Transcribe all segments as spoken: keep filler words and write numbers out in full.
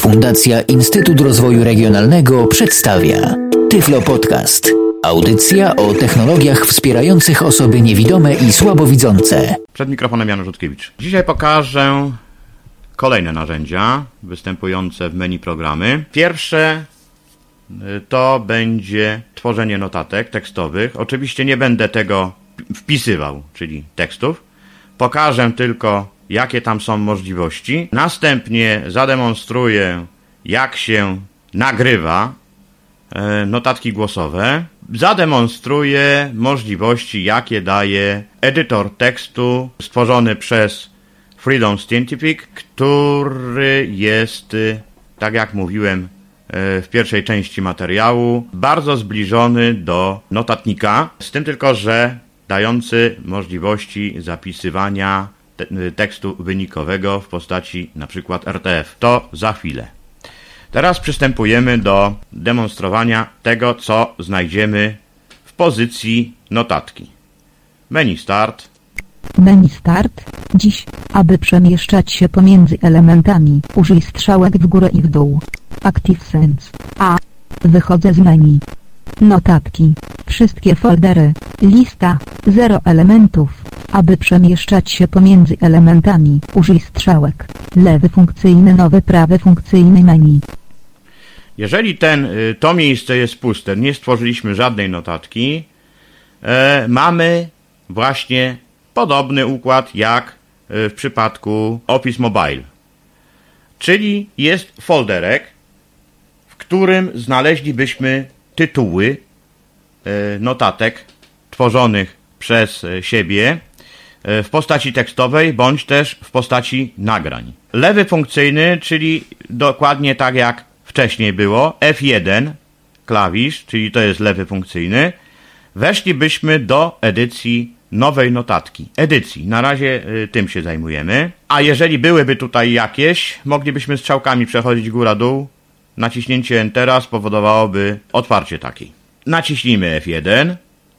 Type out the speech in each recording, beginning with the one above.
Fundacja Instytut Rozwoju Regionalnego przedstawia Tyflo Podcast. Audycja o technologiach wspierających osoby niewidome i słabowidzące. Przed mikrofonem Janusz Rutkiewicz. Dzisiaj pokażę kolejne narzędzia występujące w menu programy. Pierwsze to będzie tworzenie notatek tekstowych. Oczywiście nie będę tego wpisywał, czyli tekstów. Pokażę tylko, jakie tam są możliwości. Następnie zademonstruję, jak się nagrywa notatki głosowe. Zademonstruję możliwości, jakie daje edytor tekstu stworzony przez Freedom Scientific, który jest, tak jak mówiłem w pierwszej części materiału, bardzo zbliżony do notatnika, z tym tylko, że dający możliwości zapisywania te tekstu wynikowego w postaci na przykład R T F. To za chwilę. Teraz przystępujemy do demonstrowania tego, co znajdziemy w pozycji notatki. Menu Start. Menu Start. Dziś, aby przemieszczać się pomiędzy elementami, użyj strzałek w górę i w dół. ActiveSense. A. Wychodzę z menu. Notatki. Wszystkie foldery. Lista. Zero elementów. Aby przemieszczać się pomiędzy elementami, użyj strzałek. Lewy funkcyjny, nowy, prawy funkcyjny menu. Jeżeli ten, to miejsce jest puste, nie stworzyliśmy żadnej notatki, e, mamy właśnie podobny układ jak w przypadku Office Mobile. Czyli jest folderek, w którym znaleźlibyśmy tytuły e, notatek tworzonych przez siebie w postaci tekstowej, bądź też w postaci nagrań. Lewy funkcyjny, czyli dokładnie tak jak wcześniej było, F jeden klawisz, czyli to jest lewy funkcyjny, weszlibyśmy do edycji nowej notatki. Edycji. Na razie y, tym się zajmujemy. A jeżeli byłyby tutaj jakieś, moglibyśmy strzałkami przechodzić góra-dół. Naciśnięcie Entera spowodowałoby otwarcie takiej. Naciśnijmy F jeden.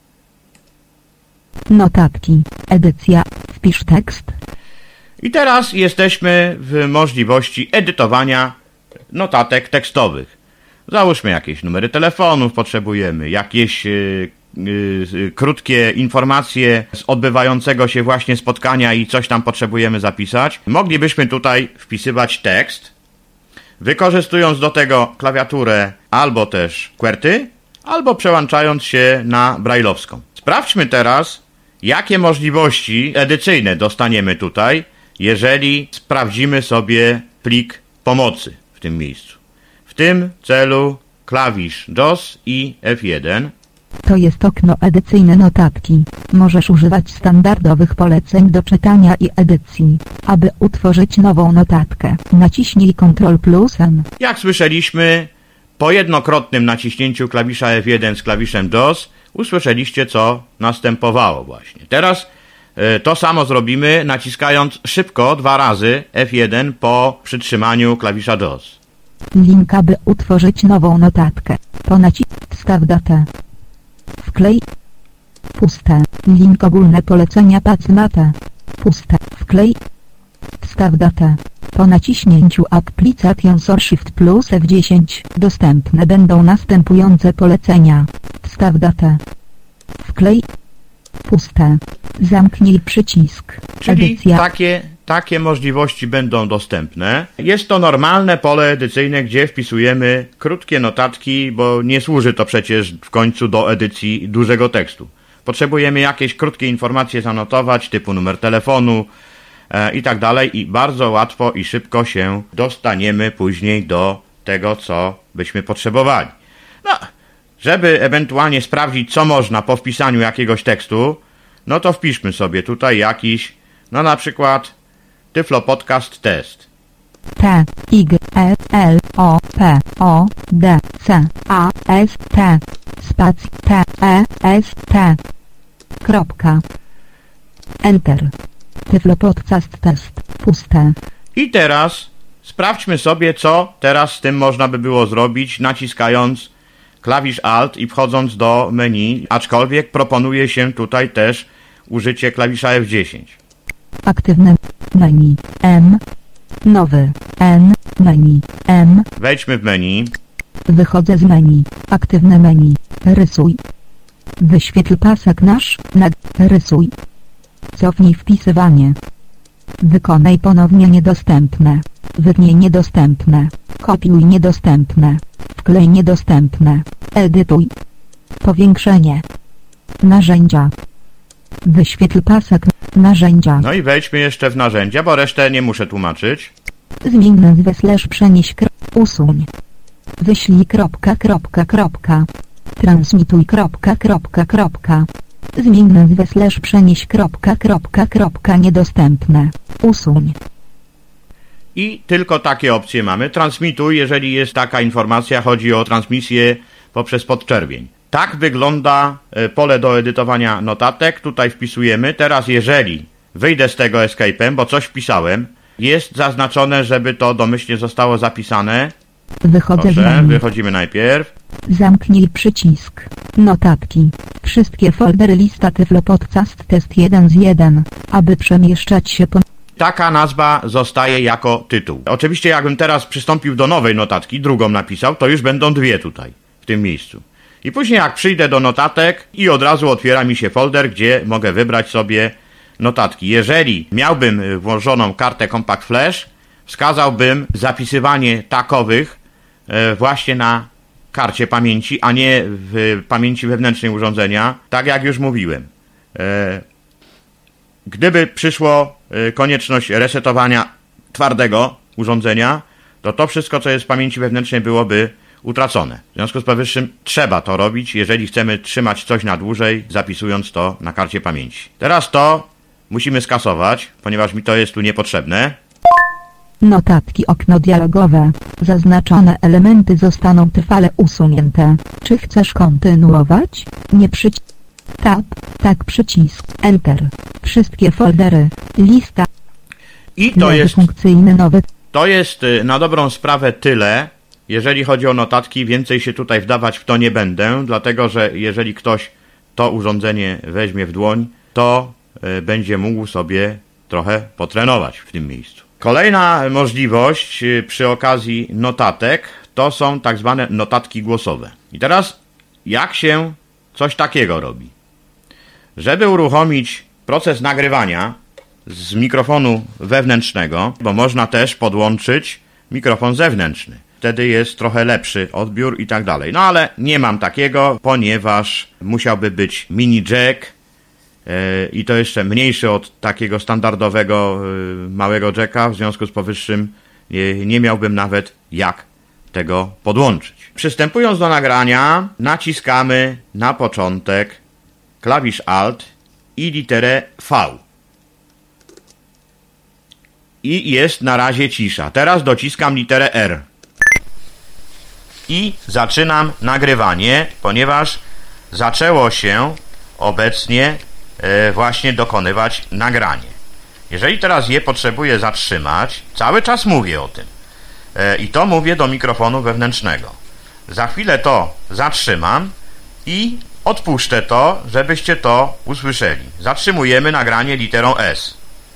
Notatki. Edycja. Wpisz tekst. I teraz jesteśmy w możliwości edytowania notatek tekstowych. Załóżmy jakieś numery telefonów potrzebujemy, jakieś yy, yy, krótkie informacje z odbywającego się właśnie spotkania i coś tam potrzebujemy zapisać. Moglibyśmy tutaj wpisywać tekst, wykorzystując do tego klawiaturę albo też QWERTY, albo przełączając się na brajlowską. Sprawdźmy teraz, jakie możliwości edycyjne dostaniemy tutaj, jeżeli sprawdzimy sobie plik pomocy w tym miejscu. W tym celu klawisz JOS i F jeden. To jest okno edycyjne notatki. Możesz używać standardowych poleceń do czytania i edycji. Aby utworzyć nową notatkę, naciśnij Ctrl plus N. Jak słyszeliśmy, po jednokrotnym naciśnięciu klawisza F jeden z klawiszem JOS usłyszeliście, co następowało właśnie. Teraz y, to samo zrobimy, naciskając szybko dwa razy F jeden po przytrzymaniu klawisza JOS. Link, aby utworzyć nową notatkę. Po nacisku wstaw datę. Wklej. Puste. Link ogólne polecenia Pacmate. Puste. Wklej. Wstaw datę. Po naciśnięciu Application Shift plus F dziesięć dostępne będą następujące polecenia. Wstaw datę. Wklej. Puste. Zamknij przycisk. Czyli Edycja. takie, takie możliwości będą dostępne. Jest to normalne pole edycyjne, gdzie wpisujemy krótkie notatki, bo nie służy to przecież w końcu do edycji dużego tekstu. Potrzebujemy jakieś krótkie informacje zanotować, typu numer telefonu e, i tak dalej, i bardzo łatwo i szybko się dostaniemy później do tego, co byśmy potrzebowali. No, żeby ewentualnie sprawdzić, co można po wpisaniu jakiegoś tekstu, no to wpiszmy sobie tutaj jakiś, no na przykład Tyflo Podcast Test. T, Y, E, L, O, P, O, D, C, A, S, T, spac, T, E, S, T. Kropka. Enter. Tyflo Podcast Test. Puste. I teraz sprawdźmy sobie, co teraz z tym można by było zrobić, naciskając klawisz Alt i wchodząc do menu, aczkolwiek proponuje się tutaj też użycie klawisza F dziesięć. Aktywne menu M Nowy. N. Menu. M. Wejdźmy w menu. Wychodzę z menu. Aktywne menu. Rysuj. Wyświetl pasek nasz. Nad. Rysuj. Cofnij wpisywanie. Wykonaj ponownie niedostępne. Wytnij niedostępne. Kopiuj niedostępne. Wklej niedostępne. Edytuj. Powiększenie. Narzędzia. Wyświetl pasek. Narzędzia. No i wejdźmy jeszcze w narzędzia, bo resztę nie muszę tłumaczyć. Zmień nazwę slash przenieś kro... Usuń. Wyślij kropka kropka kropka. Transmituj kropka kropka kropka. Zmień nazwę slash przenieś kropka kropka kropka niedostępne. Usuń. I tylko takie opcje mamy. Transmituj, jeżeli jest taka informacja, chodzi o transmisję poprzez podczerwień. Tak wygląda pole do edytowania notatek. Tutaj wpisujemy. Teraz jeżeli wyjdę z tego escape'em, bo coś wpisałem, jest zaznaczone, żeby to domyślnie zostało zapisane. Wychodzę z Proszę, menu. wychodzimy najpierw. Zamknij przycisk. Notatki. Wszystkie foldery lista Tyflo Podcast test jeden z jeden. Aby przemieszczać się po... Taka nazwa zostaje jako tytuł. Oczywiście jakbym teraz przystąpił do nowej notatki, drugą napisał, to już będą dwie tutaj, w tym miejscu. I później jak przyjdę do notatek i od razu otwiera mi się folder, gdzie mogę wybrać sobie notatki. Jeżeli miałbym włożoną kartę Compact Flash, wskazałbym zapisywanie takowych e, właśnie na karcie pamięci, a nie w pamięci wewnętrznej urządzenia, tak jak już mówiłem. E, gdyby przyszło e, konieczność resetowania twardego urządzenia, to to wszystko, co jest w pamięci wewnętrznej, byłoby utracone. W związku z powyższym trzeba to robić, jeżeli chcemy trzymać coś na dłużej, zapisując to na karcie pamięci. Teraz to musimy skasować, ponieważ mi to jest tu niepotrzebne. Notatki okno dialogowe. Zaznaczone elementy zostaną trwale usunięte. Czy chcesz kontynuować? Nie przycisk. Tab. Tak przycisk. Enter. Wszystkie foldery. Lista. I to jest, funkcyjny nowy. to jest na dobrą sprawę tyle. Jeżeli chodzi o notatki, więcej się tutaj wdawać w to nie będę, dlatego że jeżeli ktoś to urządzenie weźmie w dłoń, to y, będzie mógł sobie trochę potrenować w tym miejscu. Kolejna możliwość y, przy okazji notatek to są tak zwane notatki głosowe. I teraz jak się coś takiego robi? Żeby uruchomić proces nagrywania z mikrofonu wewnętrznego, bo można też podłączyć mikrofon zewnętrzny. Wtedy jest trochę lepszy odbiór i tak dalej. No ale nie mam takiego, ponieważ musiałby być mini jack yy, i to jeszcze mniejszy od takiego standardowego yy, małego jacka. W związku z powyższym yy, nie miałbym nawet jak tego podłączyć. Przystępując do nagrania, naciskamy na początek klawisz Alt i literę V. I jest na razie cisza. Teraz dociskam literę R. I zaczynam nagrywanie, ponieważ zaczęło się obecnie e, właśnie dokonywać nagranie. Jeżeli teraz je potrzebuję zatrzymać, cały czas mówię o tym. E, I to mówię do mikrofonu wewnętrznego. Za chwilę to zatrzymam i odpuszczę to, żebyście to usłyszeli. Zatrzymujemy nagranie literą S.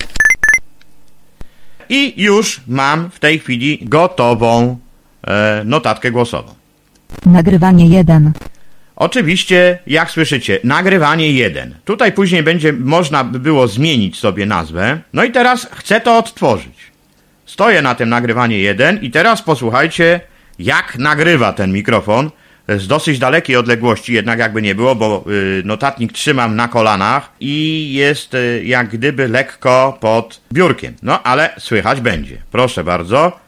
I już mam w tej chwili gotową e, notatkę głosową. Nagrywanie jeden. Oczywiście, jak słyszycie, nagrywanie jeden. Tutaj później będzie można by było zmienić sobie nazwę. No i teraz chcę to odtworzyć. Stoję na tym nagrywanie jeden i teraz posłuchajcie, jak nagrywa ten mikrofon z dosyć dalekiej odległości, jednak jakby nie było, bo y, notatnik trzymam na kolanach i jest y, jak gdyby lekko pod biurkiem. No ale słychać będzie. Proszę bardzo.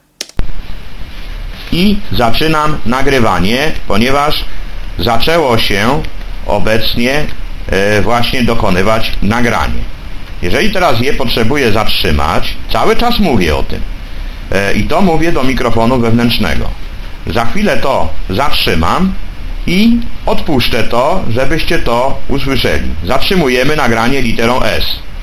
I zaczynam nagrywanie, ponieważ zaczęło się obecnie y, właśnie dokonywać nagranie. Jeżeli teraz je potrzebuję zatrzymać, cały czas mówię o tym. Y, I to mówię do mikrofonu wewnętrznego. Za chwilę to zatrzymam i odpuszczę to, żebyście to usłyszeli. Zatrzymujemy nagranie literą S.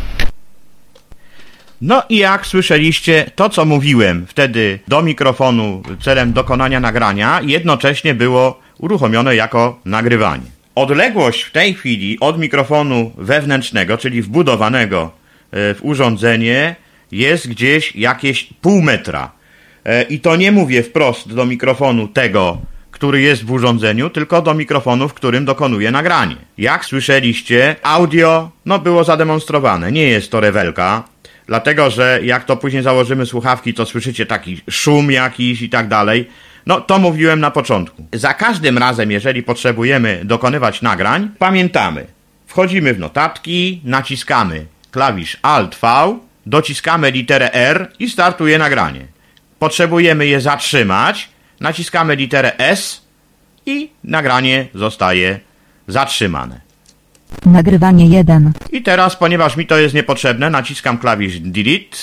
No i jak słyszeliście, to co mówiłem wtedy do mikrofonu celem dokonania nagrania, jednocześnie było uruchomione jako nagrywanie. Odległość w tej chwili od mikrofonu wewnętrznego, czyli wbudowanego w urządzenie, jest gdzieś jakieś pół metra. I to nie mówię wprost do mikrofonu tego, który jest w urządzeniu, tylko do mikrofonu, w którym dokonuję nagranie. Jak słyszeliście, audio no było zademonstrowane. Nie jest to rewelka, dlatego że jak to później założymy słuchawki, to słyszycie taki szum jakiś i tak dalej. No to mówiłem na początku. Za każdym razem, jeżeli potrzebujemy dokonywać nagrań, pamiętamy. Wchodzimy w notatki, naciskamy klawisz Alt-V, dociskamy literę R i startuje nagranie. Potrzebujemy je zatrzymać, naciskamy literę S i nagranie zostaje zatrzymane. Nagrywanie jeden. I teraz, ponieważ mi to jest niepotrzebne, naciskam klawisz Delete.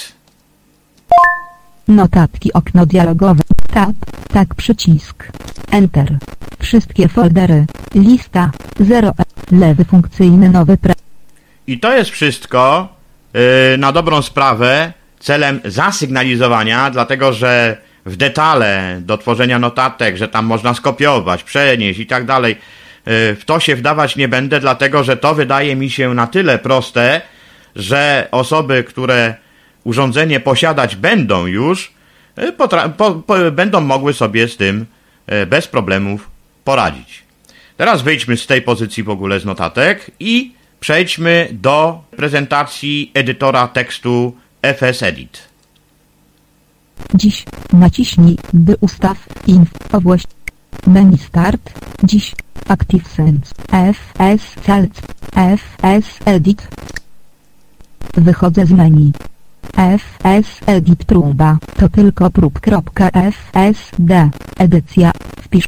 Notatki, okno dialogowe. Tab, tak przycisk. Enter. Wszystkie foldery. Lista. zero. Lewy funkcyjny nowy pre... I to jest wszystko yy, na dobrą sprawę celem zasygnalizowania, dlatego że w detale do tworzenia notatek, że tam można skopiować, przenieść i tak dalej, w to się wdawać nie będę, dlatego że to wydaje mi się na tyle proste, że osoby, które urządzenie posiadać będą już, potra- po, po, będą mogły sobie z tym bez problemów poradzić. Teraz wyjdźmy z tej pozycji w ogóle z notatek i przejdźmy do prezentacji edytora tekstu F S Edit. Dziś naciśnij, by ustaw info menu start. Dziś ActiveSense F S Calc F S Edit. Wychodzę z menu. F S Edit próba to tylko prób.fsd. Edycja wpisz.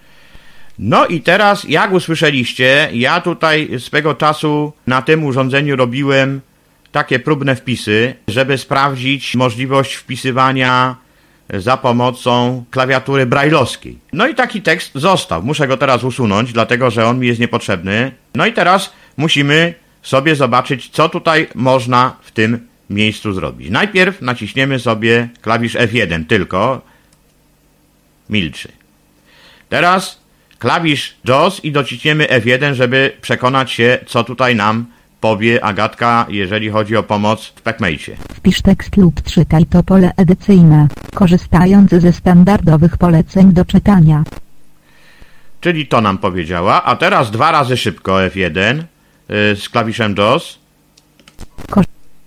No i teraz, jak usłyszeliście, ja tutaj swego czasu na tym urządzeniu robiłem takie próbne wpisy, żeby sprawdzić możliwość wpisywania za pomocą klawiatury brajlowskiej. No i taki tekst został. Muszę go teraz usunąć, dlatego że on mi jest niepotrzebny. No i teraz musimy sobie zobaczyć, co tutaj można w tym miejscu zrobić. Najpierw naciśniemy sobie klawisz F jeden tylko. Milczy. Teraz klawisz JAWS i dociśniemy F jeden, żeby przekonać się, co tutaj nam powie Agatka, jeżeli chodzi o pomoc w PacMate. Wpisz tekst lub czytaj to pole edycyjne, korzystając ze standardowych poleceń do czytania. Czyli to nam powiedziała, a teraz dwa razy szybko F jeden yy, z klawiszem JAWS. Ko-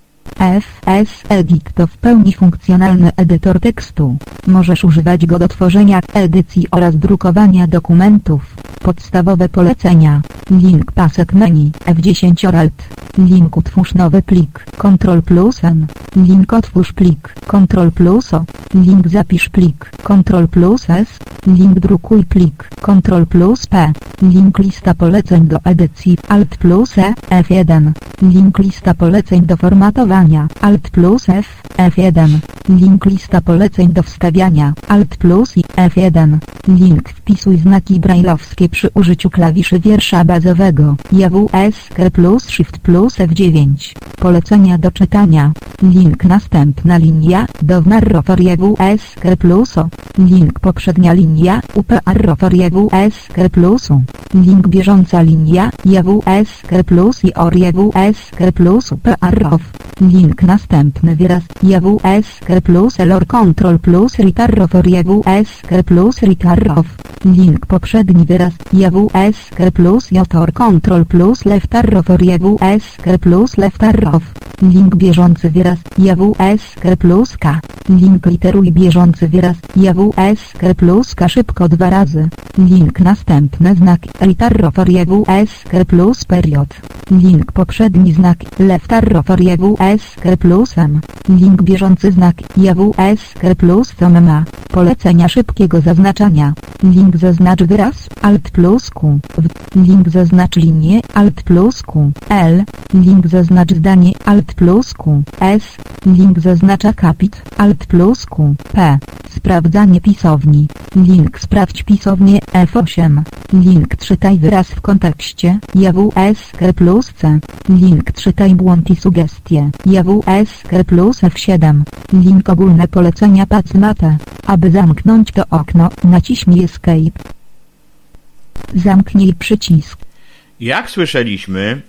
F S Edit to w pełni funkcjonalny edytor tekstu. Możesz używać go do tworzenia edycji oraz drukowania dokumentów. Podstawowe polecenia. Link pasek menu F dziesięć Alt. Link utwórz nowy plik Ctrl plus N. Link otwórz plik Ctrl plus O. Link zapisz plik Ctrl plus S. Link drukuj plik Ctrl plus P. Link lista poleceń do edycji Alt plus E F jeden. Link lista poleceń do formatowania Alt plus F F jeden. Link lista poleceń do wstawiania Alt plus I F jeden. Link wpisuj znaki brajlowskie przy użyciu klawiszy wiersza bazowego J W S K plus Shift plus F dziewięć. Polecenia do czytania. Link następna linia do narrator J W S K plus O. Link poprzednia linia U P narrator J W S K plus U. Link bieżąca linia J W S K plus I O R J W S K plus U P arrow. Link następny wyraz J W S K plus L O R Ctrl plus Retarrow J W S K plus Retarrow. Link poprzedni wyraz J W S K plus J O R Ctrl plus Left Arrow J W S K plus Left Arrow. Link bieżący wyraz J W S K plus K. Link literuj bieżący wyraz J W S K plus K szybko dwa razy. Link następny znak Retarrow J W S K plus period. Link poprzedni znak Left Arrow J W S K plus M. Link bieżący znak J W S K plus M ma. Polecenia szybkiego zaznaczania. Link zaznacz wyraz Alt plus Q. Link zaznacz linię Alt plus Q. L. Link zaznacz zdanie Alt plus Q. S. Link zaznacz akapit Alt plus Q. P. Sprawdzanie pisowni. Link sprawdź pisownię F osiem. Link czytaj wyraz w kontekście J W S K plus C. Link czytaj błąd i sugestie J W S K plus F siedem. Link ogólne polecenia PacMate. Aby zamknąć to okno, naciśnij Escape. Zamknij przycisk. Jak słyszeliśmy,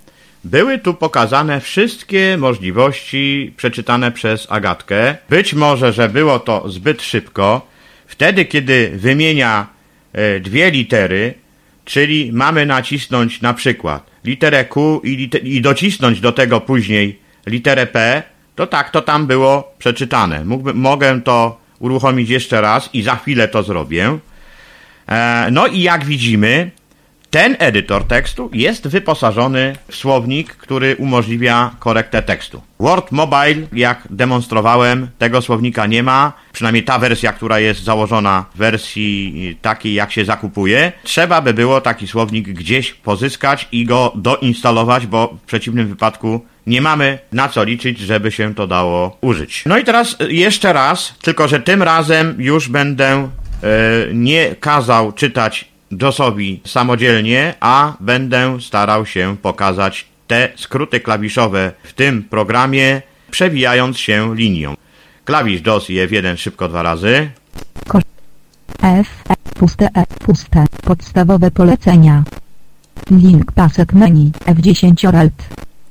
były tu pokazane wszystkie możliwości przeczytane przez Agatkę. Być może, że było to zbyt szybko. Wtedy, kiedy wymienia e, dwie litery, czyli mamy nacisnąć na przykład literę Q i, liter i docisnąć do tego później literę P, to tak to tam było przeczytane. Mógłbym, mogę to uruchomić jeszcze raz i za chwilę to zrobię. E, no i jak widzimy, ten edytor tekstu jest wyposażony w słownik, który umożliwia korektę tekstu. Word Mobile, jak demonstrowałem, tego słownika nie ma. Przynajmniej ta wersja, która jest założona w wersji takiej, jak się zakupuje. Trzeba by było taki słownik gdzieś pozyskać i go doinstalować, bo w przeciwnym wypadku nie mamy na co liczyć, żeby się to dało użyć. No i teraz jeszcze raz, tylko że tym razem już będę e, nie kazał czytać JAWSowi samodzielnie, a będę starał się pokazać te skróty klawiszowe w tym programie, przewijając się linią. Klawisz JAWS i F jeden szybko dwa razy. F, E, puste E, puste, podstawowe polecenia. Link pasek menu, F dziesięć Alt.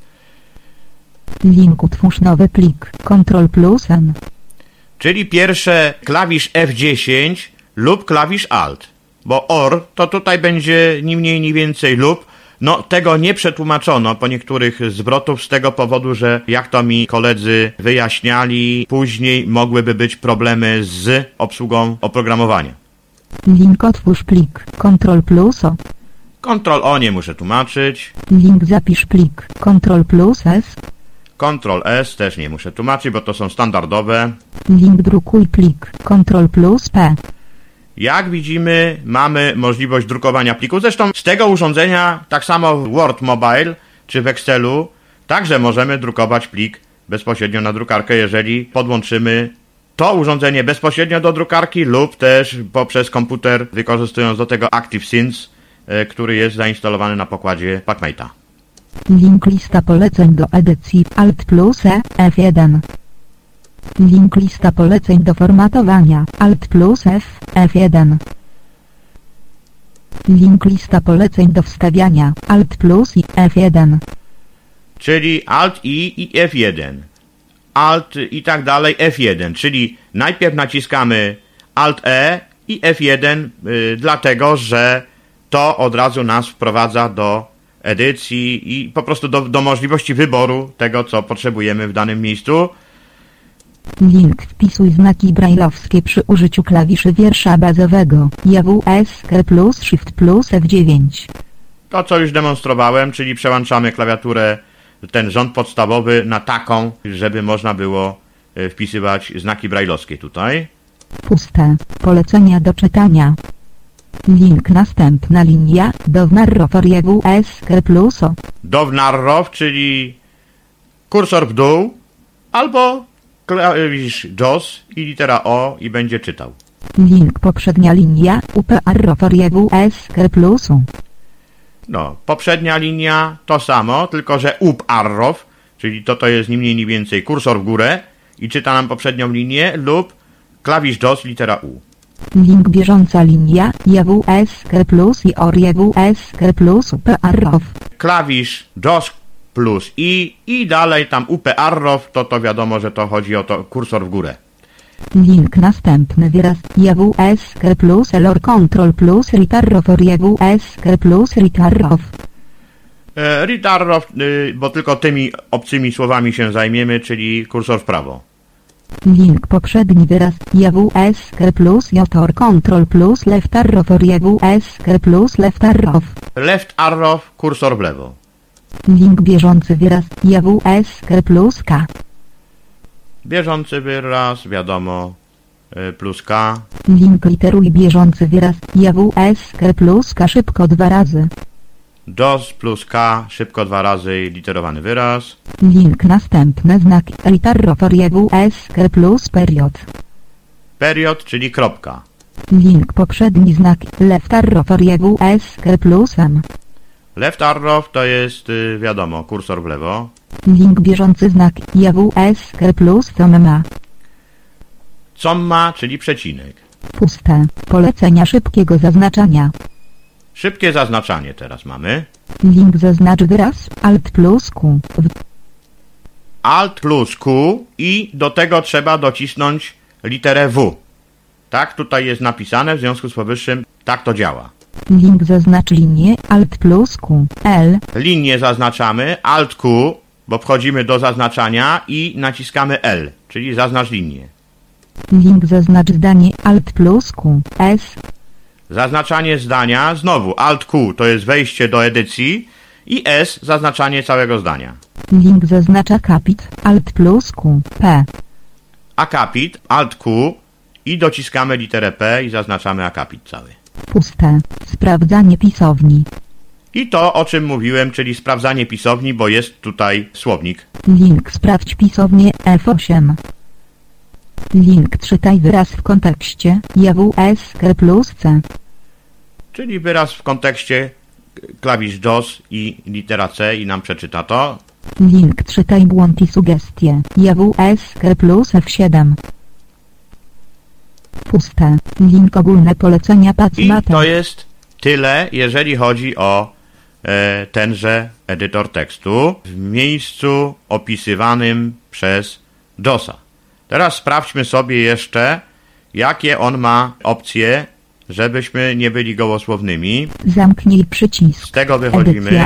Link utwórz nowy plik, Ctrl plus N. Czyli pierwsze klawisz F dziesięć lub klawisz Alt. Bo OR to tutaj będzie ni mniej, ni więcej lub. No tego nie przetłumaczono po niektórych zwrotów z tego powodu, że jak to mi koledzy wyjaśniali, później mogłyby być problemy z obsługą oprogramowania. Link otwórz plik, Ctrl plus O. Ctrl O nie muszę tłumaczyć. Link zapisz plik, Ctrl plus S. Ctrl S też nie muszę tłumaczyć, bo to są standardowe. Link drukuj plik, Ctrl plus P. Jak widzimy, mamy możliwość drukowania pliku. Zresztą z tego urządzenia, tak samo w Word Mobile czy w Excelu, także możemy drukować plik bezpośrednio na drukarkę, jeżeli podłączymy to urządzenie bezpośrednio do drukarki lub też poprzez komputer, wykorzystując do tego ActiveSync, który jest zainstalowany na pokładzie PackMate'a. Link lista poleceń do edycji Alt plus E, F jeden. Link lista poleceń do formatowania Alt plus F, F jeden. Link lista poleceń do wstawiania Alt plus i F jeden. Czyli Alt I i F jeden. Alt i tak dalej F jeden. Czyli najpierw naciskamy Alt E i F jeden, yy, dlatego że to od razu nas wprowadza do edycji i po prostu do, do możliwości wyboru tego, co potrzebujemy w danym miejscu. Link wpisuj znaki brajlowskie przy użyciu klawiszy wiersza bazowego J W S K plus Shift plus F dziewięć. To, co już demonstrowałem, czyli przełączamy klawiaturę, ten rząd podstawowy na taką, żeby można było wpisywać znaki brajlowskie tutaj. Puste. Polecenia do czytania. Link następna linia Downarrow J W S K plus O. Downarrow, czyli kursor w dół, albo klawisz JAWS i litera O i będzie czytał. Link poprzednia linia U P Arrow J W S K plus U. No, poprzednia linia to samo, tylko że up arrow, czyli to to jest ni mniej ni więcej kursor w górę i czyta nam poprzednią linię lub klawisz JAWS litera U. Link bieżąca linia J W S K plus i OR J W S K plus U P arrow. Klawisz JAWS plus i i dalej tam U P arrow, to to wiadomo, że to chodzi o to kursor w górę. Link następny wyraz J W S K plus L O R Ctrl plus Read Arrow J W S K plus Read Arrow. E, Read Arrow, y, bo tylko tymi obcymi słowami się zajmiemy, czyli kursor w prawo. Link poprzedni wyraz J W S K plus J O R Ctrl plus Left Arrow J W S K plus Left Arrow. Left Arrow, kursor w lewo. Link bieżący wyraz J W S K plus K. Bieżący wyraz, wiadomo, plus K. Link literuj bieżący wyraz J W S K plus K szybko dwa razy. JAWS plus K, szybko dwa razy literowany wyraz. Link następny znak Read J W S K plus period. Period, czyli kropka. Link poprzedni znak Left Arrow J W S K plus M. Left Arrow to jest, wiadomo, kursor w lewo. Link bieżący znak J W S K plus comma. Comma, czyli przecinek. Puste. Polecenia szybkiego zaznaczania. Szybkie zaznaczanie teraz mamy. Link zaznacz wyraz Alt plus Q. Alt plus Q i do tego trzeba docisnąć literę W. Tak tutaj jest napisane, w związku z powyższym tak to działa. Link zaznacz linię Alt plus Q. L. Linię zaznaczamy Alt Q, bo wchodzimy do zaznaczania i naciskamy L, czyli zaznacz linię. Link zaznacz zdanie Alt plus Q. S. Zaznaczanie zdania, znowu Alt Q to jest wejście do edycji i S zaznaczanie całego zdania. Link zaznacz akapit Alt plus Q. P. Akapit, Alt Q i dociskamy literę P i zaznaczamy akapit cały. Puste. Sprawdzanie pisowni. I to, o czym mówiłem, czyli sprawdzanie pisowni, bo jest tutaj słownik. Link sprawdź pisownię F osiem. Link czytaj wyraz w kontekście J W S K plus C. Czyli wyraz w kontekście klawisz D O S i litera C i nam przeczyta to. Link czytaj błąd i sugestie J W S K plus F siedem. Puste. Link ogólne polecenia I Pacmata. to jest tyle, jeżeli chodzi o e, tenże edytor tekstu w miejscu opisywanym przez DOSa. Teraz sprawdźmy sobie jeszcze, jakie on ma opcje, żebyśmy nie byli gołosłownymi. Zamknij przycisk. Z tego wychodzimy. Edycja.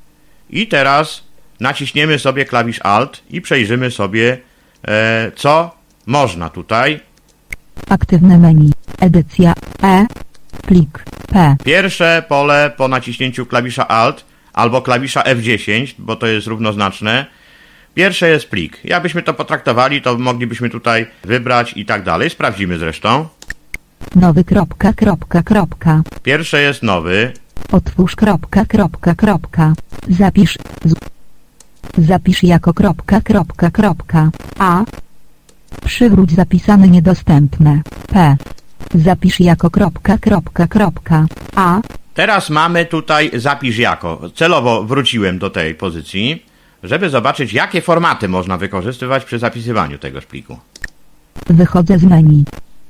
I teraz naciśniemy sobie klawisz Alt i przejrzymy sobie, e, co można tutaj. Aktywne menu. Edycja E. Plik P. Pierwsze pole po naciśnięciu klawisza Alt albo klawisza F dziesięć, bo to jest równoznaczne. Pierwsze jest plik. Jakbyśmy to potraktowali, to moglibyśmy tutaj wybrać i tak dalej. Sprawdzimy zresztą. Nowy kropka kropka kropka. Pierwsze jest nowy. Otwórz kropka kropka kropka. Zapisz. Z... Zapisz jako kropka kropka kropka. A. Przywróć zapisane niedostępne. P. Zapisz jako kropka kropka kropka. A. Teraz mamy tutaj zapisz jako. Celowo wróciłem do tej pozycji, żeby zobaczyć, jakie formaty można wykorzystywać przy zapisywaniu tegoż pliku. Wychodzę z menu.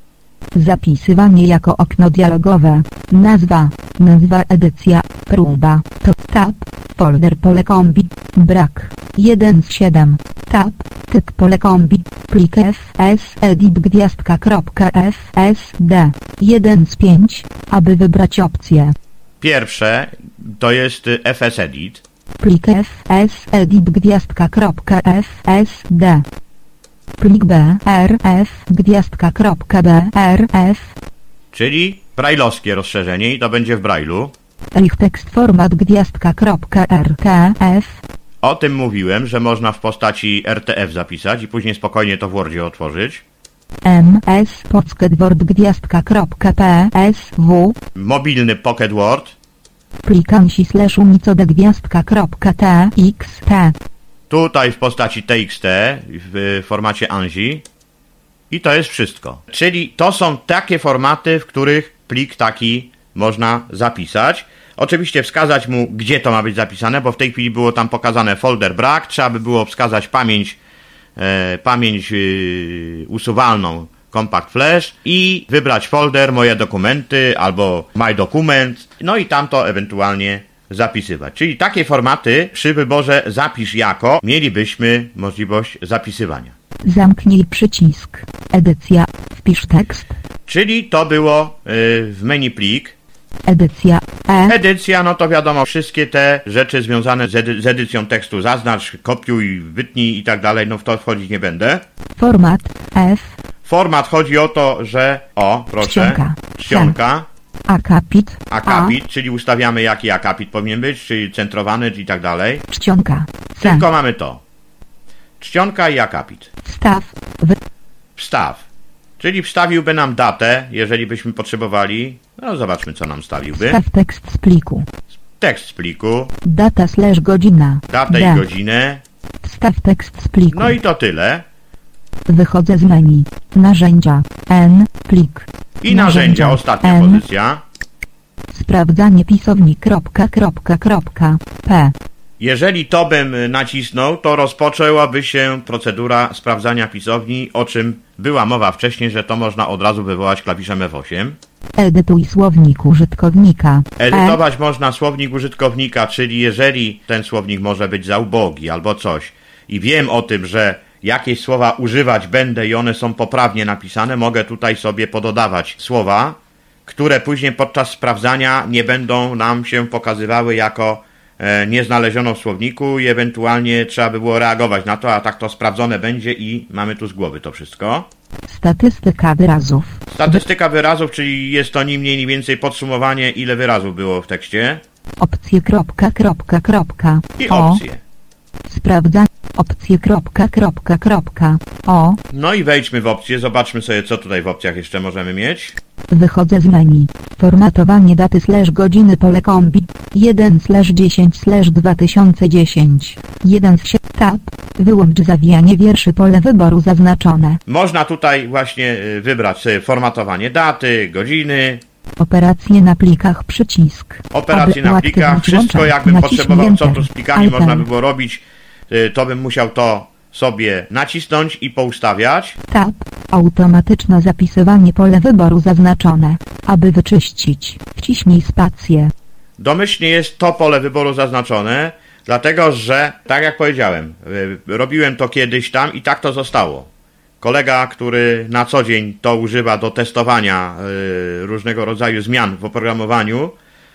Zapisywanie jako okno dialogowe. Nazwa. Nazwa edycja. Próba. To tab. Folder pole kombi. Brak. jeden z siedem. Tab. Typ pole kombi. Plik F S edit gwiazdka kropka F S D. jeden z pięć. Aby wybrać opcję. Pierwsze to jest F S edit. Plik F S edit gwiazdka kropka F S D. Plik B R F gwiazdka kropka B R F. Czyli brajlowskie rozszerzenie i to będzie w brajlu. Ich tekst format gwiazdka kropka R K F. O tym mówiłem, że można w postaci R T F zapisać i później spokojnie to w Wordzie otworzyć. M S Pocket Word gwiazdka kropka P S W. Mobilny Pocket Word. Plik ansi slash unicode gwiazdka kropka T X T. Tutaj w postaci T X T w formacie ANSI. I to jest wszystko. Czyli to są takie formaty, w których plik taki można zapisać. Oczywiście wskazać mu, gdzie to ma być zapisane, bo w tej chwili było tam pokazane folder brak. Trzeba by było wskazać pamięć, e, pamięć e, usuwalną Compact Flash i wybrać folder moje dokumenty albo my document, no i tam to ewentualnie zapisywać. Czyli takie formaty przy wyborze zapisz jako mielibyśmy możliwość zapisywania. Zamknij przycisk. Edycja. Wpisz tekst. Czyli to było y, w menu plik. Edycja E. Edycja, no to wiadomo, wszystkie te rzeczy związane z, edy z edycją tekstu, zaznacz, kopiuj, wytnij i tak dalej, no w to wchodzić nie będę. Format F. Format chodzi o to, że, o, proszę, Czcionka. czcionka, Akapit. akapit, czyli ustawiamy jaki akapit powinien być, czyli centrowany i tak dalej. A. Czcionka. C. Tylko mamy to. Czcionka i akapit. Wstaw. W. Wstaw. Czyli wstawiłby nam datę, jeżeli byśmy potrzebowali. No zobaczmy, co nam wstawiłby. Wstaw tekst z pliku. Tekst z pliku, Data slash godzina. datę D. i godzinę. Wstaw tekst z pliku. No i to tyle. Wychodzę z menu. Narzędzia. N. Plik. I narzędzia, ostatnia N. pozycja. Sprawdzanie pisowni. Kropka, kropka, kropka. P. Jeżeli to bym nacisnął, to rozpoczęłaby się procedura sprawdzania pisowni, o czym była mowa wcześniej, że to można od razu wywołać klawiszem F osiem. Edytuj słownik użytkownika. Edytować e... można słownik użytkownika, czyli jeżeli ten słownik może być za ubogi albo coś i wiem o tym, że jakieś słowa używać będę i one są poprawnie napisane, mogę tutaj sobie pododawać słowa, które później podczas sprawdzania nie będą nam się pokazywały jako e, nie znaleziono w słowniku i ewentualnie trzeba by było reagować na to, a tak to sprawdzone będzie i mamy tu z głowy to wszystko. Statystyka wyrazów. Statystyka wyrazów, czyli jest to ni mniej, ni więcej podsumowanie, ile wyrazów było w tekście. Opcje kropka, kropka, kropka. I opcje. Sprawdzanie. Opcje kropka, kropka, kropka. O. No i wejdźmy w opcje, zobaczmy sobie, co tutaj w opcjach jeszcze możemy mieć. Wychodzę z menu. Formatowanie daty slash godziny pole kombi. jeden slash dziesięć slash dwa tysiące dziesięć. jeden tab. Wyłącz zawijanie wierszy, pole wyboru zaznaczone. Można tutaj właśnie wybrać sobie formatowanie daty, godziny. Operacje na plikach, przycisk. Operacje na plikach, wszystko jakbym potrzebował, co tu z plikami Alter. można by było robić, to bym musiał to sobie nacisnąć i poustawiać. Tab. Automatyczne zapisywanie, pole wyboru zaznaczone. Aby wyczyścić, wciśnij spację. Domyślnie jest to pole wyboru zaznaczone, dlatego że, tak jak powiedziałem, robiłem to kiedyś tam i tak to zostało. Kolega, który na co dzień to używa do testowania różnego rodzaju zmian w oprogramowaniu,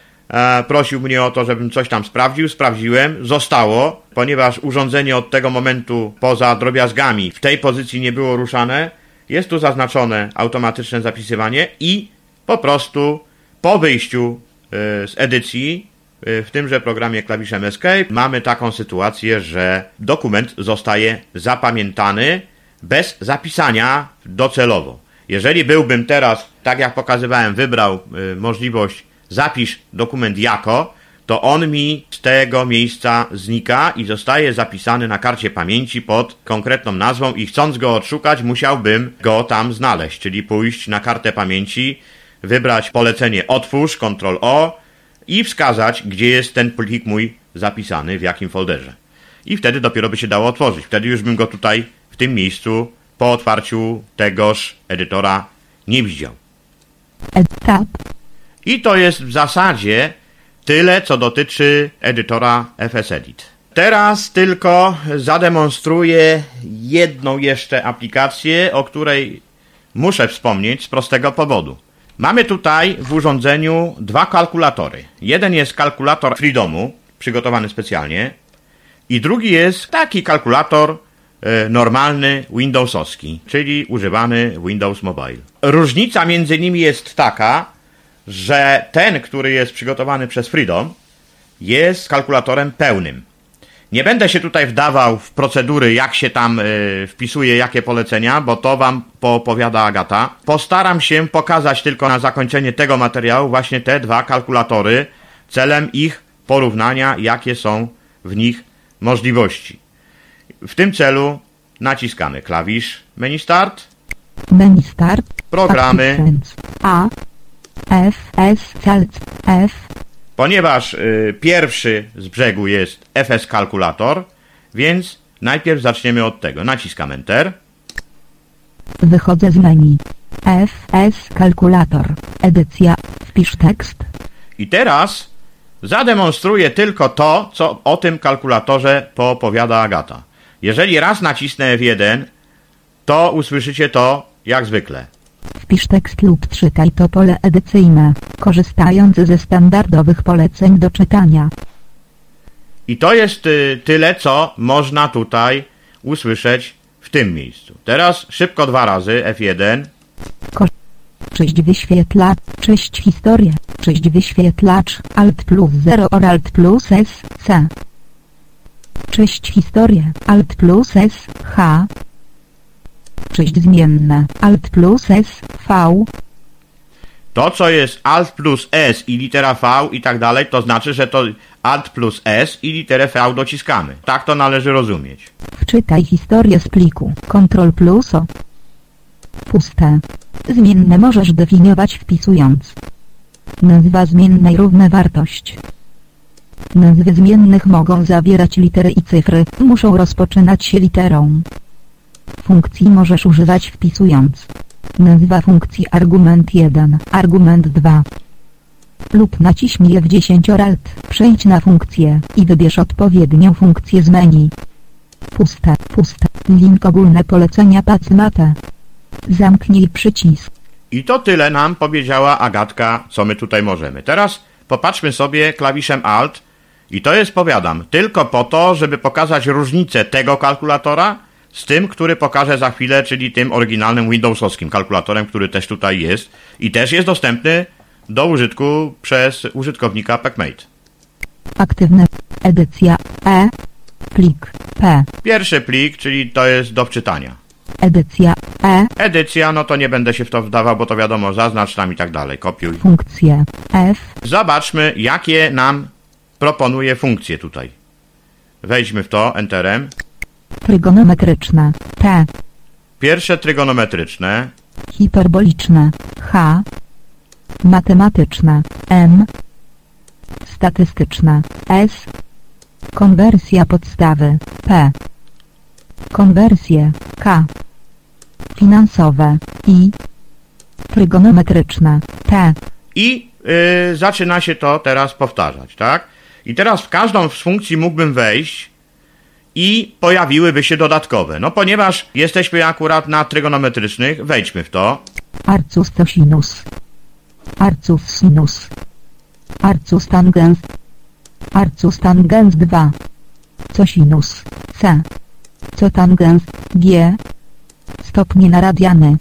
prosił mnie o to, żebym coś tam sprawdził, sprawdziłem, zostało, ponieważ urządzenie od tego momentu poza drobiazgami w tej pozycji nie było ruszane, jest tu zaznaczone automatyczne zapisywanie i po prostu po wyjściu z edycji w tymże programie klawiszem Escape mamy taką sytuację, że dokument zostaje zapamiętany bez zapisania docelowo. Jeżeli byłbym teraz, tak jak pokazywałem, wybrał możliwość zapisz dokument jako, to on mi z tego miejsca znika i zostaje zapisany na karcie pamięci pod konkretną nazwą i chcąc go odszukać, musiałbym go tam znaleźć, czyli pójść na kartę pamięci, wybrać polecenie otwórz, kontrol O i wskazać, gdzie jest ten plik mój zapisany, w jakim folderze. I wtedy dopiero by się dało otworzyć. Wtedy już bym go tutaj, w tym miejscu, po otwarciu tegoż edytora nie widział. Tab. I to jest w zasadzie tyle, co dotyczy edytora F S Edit. Teraz tylko zademonstruję jedną jeszcze aplikację, o której muszę wspomnieć z prostego powodu. Mamy tutaj w urządzeniu dwa kalkulatory. Jeden jest kalkulator Freedomu, przygotowany specjalnie, i drugi jest taki kalkulator e, normalny Windowsowski, czyli używany Windows Mobile. Różnica między nimi jest taka, że ten, który jest przygotowany przez Freedom, jest kalkulatorem pełnym. Nie będę się tutaj wdawał w procedury, jak się tam y, wpisuje, jakie polecenia, bo to wam poopowiada Agata. Postaram się pokazać tylko na zakończenie tego materiału właśnie te dwa kalkulatory, celem ich porównania, jakie są w nich możliwości. W tym celu naciskamy klawisz Menu Start, Menu Start, programy, A, F, S, F. Ponieważ y, pierwszy z brzegu jest F S Kalkulator, więc najpierw zaczniemy od tego. Naciskam Enter. Wychodzę z menu. F S Kalkulator. Edycja. Wpisz tekst. I teraz zademonstruję tylko to, co o tym kalkulatorze poopowiada Agata. Jeżeli raz nacisnę F jeden, to usłyszycie to jak zwykle. Wpisz tekst lub czytaj to pole edycyjne, korzystając ze standardowych poleceń do czytania. I to jest y, tyle, co można tutaj usłyszeć w tym miejscu. Teraz szybko dwa razy F jeden. Ko Cześć wyświetlacz, cześć historia, cześć wyświetlacz, Alt plus zero or Alt plus S, C. Cześć historia, Alt plus S, H. Cześć zmienne, Alt plus S, V. To, co jest Alt plus S i litera V i tak dalej, to znaczy, że to Alt plus S i literę V dociskamy. Tak to należy rozumieć. Wczytaj historię z pliku, Ctrl plus O. Puste. Zmienne możesz definiować wpisując nazwa zmiennej równa wartość. Nazwy zmiennych mogą zawierać litery i cyfry, muszą rozpoczynać się literą. Funkcji możesz używać wpisując nazwa funkcji argument jeden, argument dwa lub naciśnij F dziesięć Alt. Przejdź na funkcję i wybierz odpowiednią funkcję z menu. Puste, puste. Link ogólne polecenia PassMate. Zamknij przycisk. I to tyle nam powiedziała Agatka, co my tutaj możemy. Teraz popatrzmy sobie klawiszem Alt i to jest, powiadam, tylko po to, żeby pokazać różnicę tego kalkulatora z tym, który pokażę za chwilę, czyli tym oryginalnym Windowsowskim kalkulatorem, który też tutaj jest i też jest dostępny do użytku przez użytkownika PacMate. Aktywne. Edycja E. Plik P. Pierwszy plik, czyli to jest do wczytania. Edycja E. Edycja, no to nie będę się w to wdawał, bo to wiadomo, zaznacz tam i tak dalej, kopiuj. Funkcje F. Zobaczmy, jakie nam proponuje funkcje tutaj. Wejdźmy w to, enterem. Trygonometryczne T. Pierwsze trygonometryczne. Hiperboliczne H. Matematyczne M. Statystyczne S. Konwersja podstawy P. Konwersje K. Finansowe I. Trygonometryczne T. I yy, zaczyna się to teraz powtarzać, tak? I teraz w każdą z funkcji mógłbym wejść i pojawiłyby się dodatkowe. No ponieważ jesteśmy akurat na trygonometrycznych, wejdźmy w to. Arcus cosinus. Arcus sinus. Arcus tangens. Arcus tangens dwa. Cosinus C. Cotangens G. Stopnie na radiany.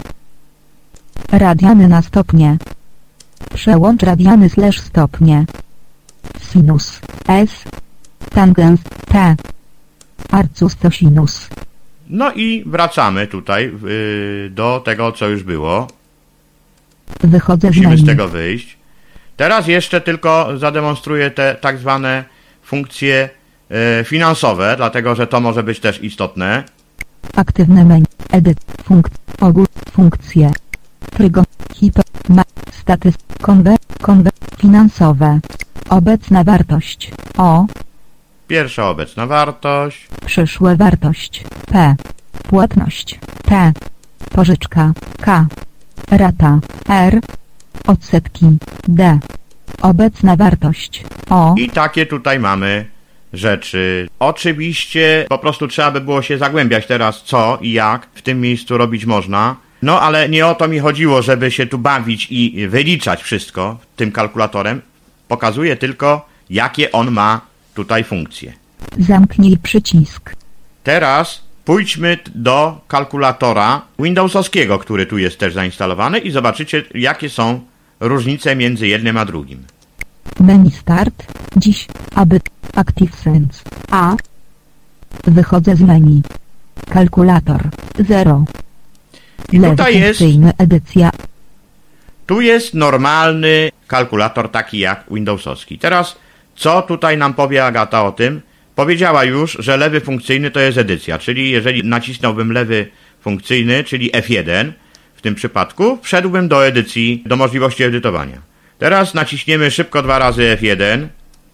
Radiany na stopnie. Przełącz radiany slash stopnie. Sinus S. Tangens T. Arcus cosinus. No i wracamy tutaj yy, do tego, co już było. Wychodzę z Musimy menu. z tego wyjść. Teraz jeszcze tylko zademonstruję te tak zwane funkcje yy, finansowe, dlatego że to może być też istotne. Aktywne menu. Edyt. Funkt. Ogół. Funkcje. Trygo. Hiper. Ma. Statys. Konwer. Konwer. Finansowe. Obecna wartość. O. Pierwsza obecna wartość. Przyszłe wartość. P. Płatność. T. Pożyczka. K. Rata. R. Odsetki. D. Obecna wartość. O. I takie tutaj mamy rzeczy. Oczywiście po prostu trzeba by było się zagłębiać teraz, co i jak w tym miejscu robić można. No ale nie o to mi chodziło, żeby się tu bawić i wyliczać wszystko tym kalkulatorem. Pokazuję tylko, jakie on ma tutaj funkcje. Zamknij przycisk. Teraz pójdźmy do kalkulatora Windowsowskiego, który tu jest też zainstalowany i zobaczycie, jakie są różnice między jednym a drugim. Menu Start. Dziś. Aby. ActiveSense. A. Wychodzę z menu. Kalkulator. zero. I tutaj jest, edycja. tu jest normalny kalkulator taki jak Windowsowski. Teraz co tutaj nam powie Agata o tym? Powiedziała już, że lewy funkcyjny to jest edycja, czyli jeżeli nacisnąłbym lewy funkcyjny, czyli F jeden w tym przypadku, wszedłbym do edycji, do możliwości edytowania. Teraz naciśniemy szybko dwa razy F jeden.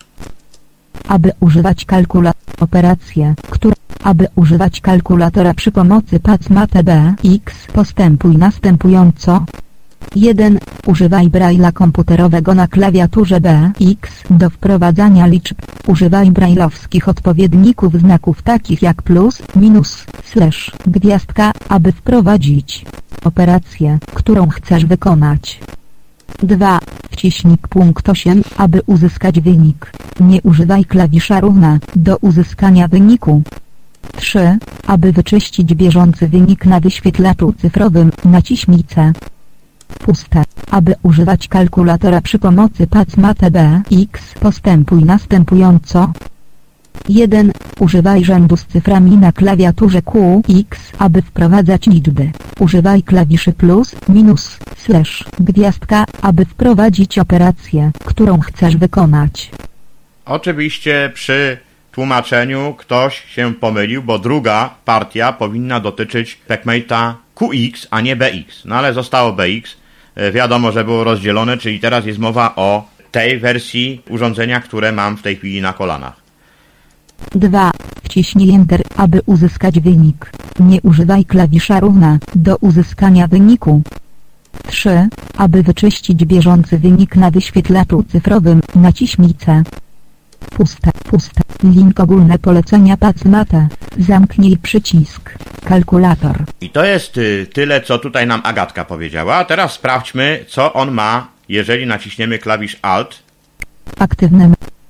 Aby używać kalkulatora operacje, które aby używać kalkulatora przy pomocy PassMate B X postępuj następująco. jeden. Używaj Braille'a komputerowego na klawiaturze B X do wprowadzania liczb. Używaj braille'owskich odpowiedników znaków takich jak plus, minus, slash, gwiazdka, aby wprowadzić operację, którą chcesz wykonać. dwa. Wciśnij punkt osiem, aby uzyskać wynik. Nie używaj klawisza równa do uzyskania wyniku. trzy. Aby wyczyścić bieżący wynik na wyświetlaczu cyfrowym, naciśnij C. Puste. Aby używać kalkulatora przy pomocy PassMate B X postępuj następująco. jeden. Używaj rzędu z cyframi na klawiaturze Q X, aby wprowadzać liczby. Używaj klawiszy plus, minus, slash, gwiazdka, aby wprowadzić operację, którą chcesz wykonać. Oczywiście przy tłumaczeniu ktoś się pomylił, bo druga partia powinna dotyczyć PacMate'a Q X, a nie B X. No ale zostało B X. Wiadomo, że było rozdzielone, czyli teraz jest mowa o tej wersji urządzenia, które mam w tej chwili na kolanach. dwa. Wciśnij Enter, aby uzyskać wynik. Nie używaj klawisza równa do uzyskania wyniku. trzy. Aby wyczyścić bieżący wynik na wyświetlaczu cyfrowym, naciśnij C. Puste, puste. Link ogólne polecenia Pacmate. Zamknij przycisk. Kalkulator. I to jest y, tyle, co tutaj nam Agatka powiedziała. A teraz sprawdźmy, co on ma, jeżeli naciśniemy klawisz Alt. Aktywne.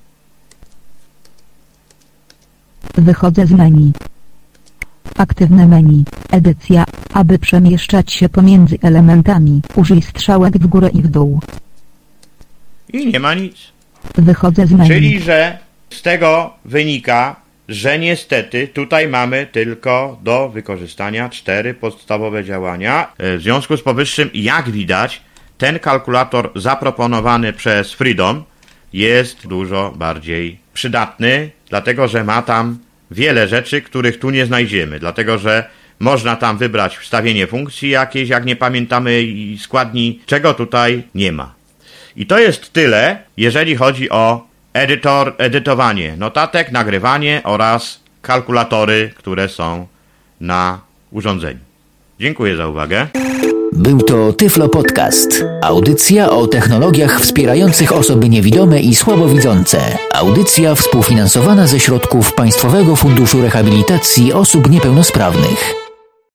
Wychodzę z menu. Aktywne menu. Edycja. Aby przemieszczać się pomiędzy elementami, użyj strzałek w górę i w dół. I nie ma nic. Wychodzę z menu. Czyli, że z tego wynika, że niestety tutaj mamy tylko do wykorzystania cztery podstawowe działania. W związku z powyższym, jak widać, ten kalkulator zaproponowany przez Freedom jest dużo bardziej przydatny, dlatego że ma tam wiele rzeczy, których tu nie znajdziemy, dlatego że można tam wybrać wstawienie funkcji jakieś, jak nie pamiętamy, i składni, czego tutaj nie ma. I to jest tyle, jeżeli chodzi o edytor, edytowanie notatek, nagrywanie oraz kalkulatory, które są na urządzeniu. Dziękuję za uwagę. Był to Tyflo Podcast. Audycja o technologiach wspierających osoby niewidome i słabowidzące. Audycja współfinansowana ze środków Państwowego Funduszu Rehabilitacji Osób Niepełnosprawnych.